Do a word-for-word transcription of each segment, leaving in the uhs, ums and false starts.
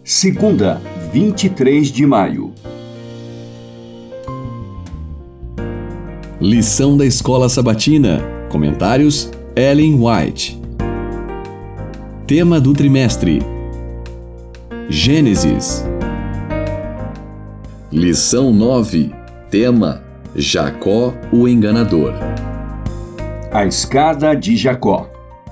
Segunda, vinte e três de maio. Lição da Escola Sabatina. Comentários: Ellen White. Tema do trimestre: Gênesis. Lição nove. Tema: Jacó, o enganador. A escada de Jacó.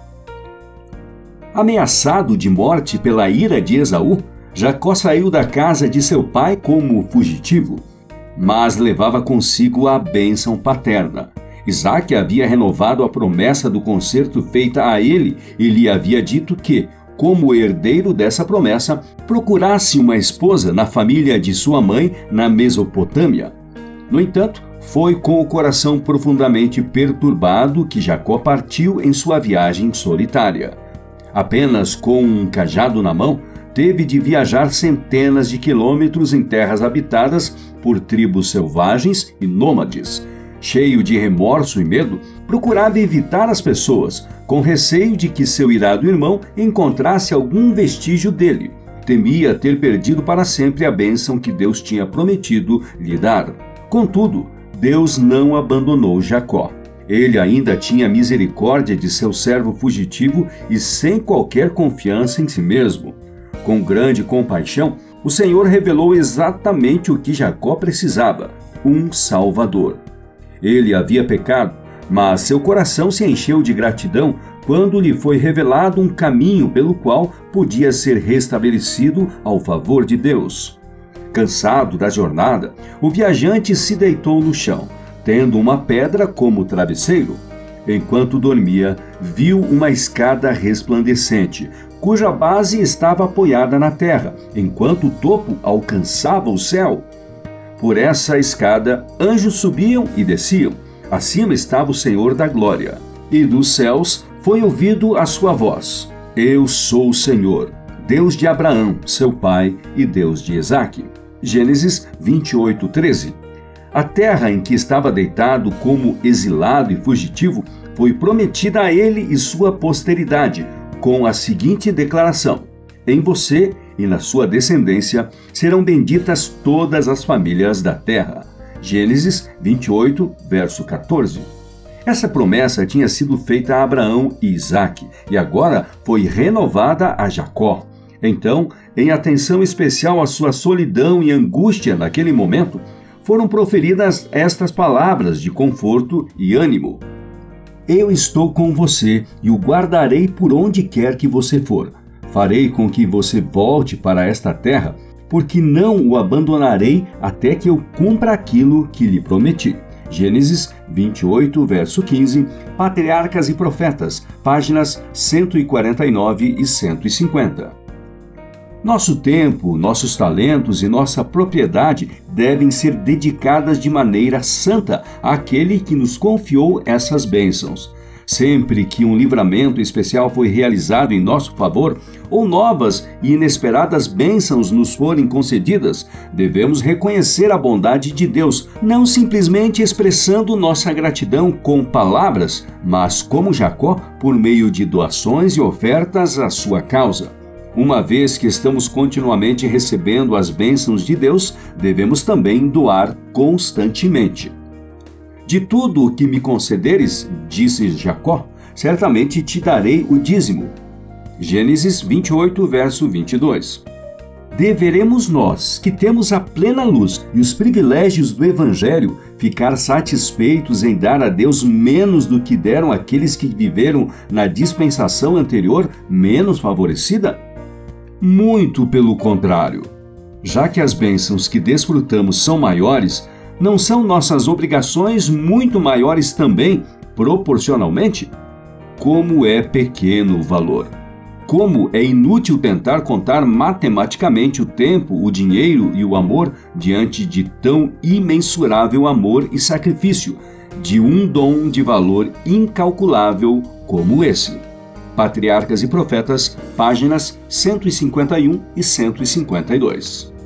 Ameaçado de morte pela ira de Esaú, Jacó saiu da casa de seu pai como fugitivo, mas levava consigo a bênção paterna. Isaque havia renovado a promessa do concerto feita a ele e lhe havia dito que, como herdeiro dessa promessa, procurasse uma esposa na família de sua mãe na Mesopotâmia. No entanto, foi com o coração profundamente perturbado que Jacó partiu em sua viagem solitária. Apenas com um cajado na mão, teve de viajar centenas de quilômetros em terras habitadas por tribos selvagens e nômades. Cheio de remorso e medo, procurava evitar as pessoas, com receio de que seu irado irmão encontrasse algum vestígio dele. Temia ter perdido para sempre a bênção que Deus tinha prometido lhe dar. Contudo, Deus não abandonou Jacó. Ele ainda tinha misericórdia de seu servo fugitivo e sem qualquer confiança em si mesmo. Com grande compaixão, o Senhor revelou exatamente o que Jacó precisava: um Salvador. Ele havia pecado, mas seu coração se encheu de gratidão quando lhe foi revelado um caminho pelo qual podia ser restabelecido ao favor de Deus. Cansado da jornada, o viajante se deitou no chão, tendo uma pedra como travesseiro. Enquanto dormia, viu uma escada resplandecente, cuja base estava apoiada na terra, enquanto o topo alcançava o céu. Por essa escada, anjos subiam e desciam. Acima estava o Senhor da glória. E dos céus foi ouvido a sua voz: Eu sou o Senhor, Deus de Abraão, seu pai, e Deus de Isaque. Gênesis vinte e oito, treze. A terra em que estava deitado como exilado e fugitivo foi prometida a ele e sua posteridade, com a seguinte declaração: Em você e na sua descendência serão benditas todas as famílias da terra. Gênesis vinte e oito, verso quatorze. Essa promessa tinha sido feita a Abraão e Isaque e agora foi renovada a Jacó. Então, em atenção especial à sua solidão e angústia naquele momento, foram proferidas estas palavras de conforto e ânimo: Eu estou com você e o guardarei por onde quer que você for. Farei com que você volte para esta terra, porque não o abandonarei até que eu cumpra aquilo que lhe prometi. Gênesis vinte e oito, verso quinze, Patriarcas e Profetas, páginas cento e quarenta e nove e cento e cinquenta. Nosso tempo, nossos talentos e nossa propriedade devem ser dedicadas de maneira santa àquele que nos confiou essas bênçãos. Sempre que um livramento especial foi realizado em nosso favor, ou novas e inesperadas bênçãos nos forem concedidas, devemos reconhecer a bondade de Deus, não simplesmente expressando nossa gratidão com palavras, mas como Jacó, por meio de doações e ofertas à sua causa. Uma vez que estamos continuamente recebendo as bênçãos de Deus, devemos também doar constantemente. De tudo o que me concederes, disse Jacó, certamente te darei o dízimo. Gênesis vinte e oito, verso vinte e dois. Deveremos nós, que temos a plena luz e os privilégios do Evangelho, ficar satisfeitos em dar a Deus menos do que deram aqueles que viveram na dispensação anterior menos favorecida? Muito pelo contrário. Já que as bênçãos que desfrutamos são maiores, não são nossas obrigações muito maiores também, proporcionalmente? Como é pequeno o valor! Como é inútil tentar contar matematicamente o tempo, o dinheiro e o amor diante de tão imensurável amor e sacrifício, de um dom de valor incalculável como esse. Patriarcas e Profetas, páginas cento e cinquenta e um e cento e cinquenta e dois.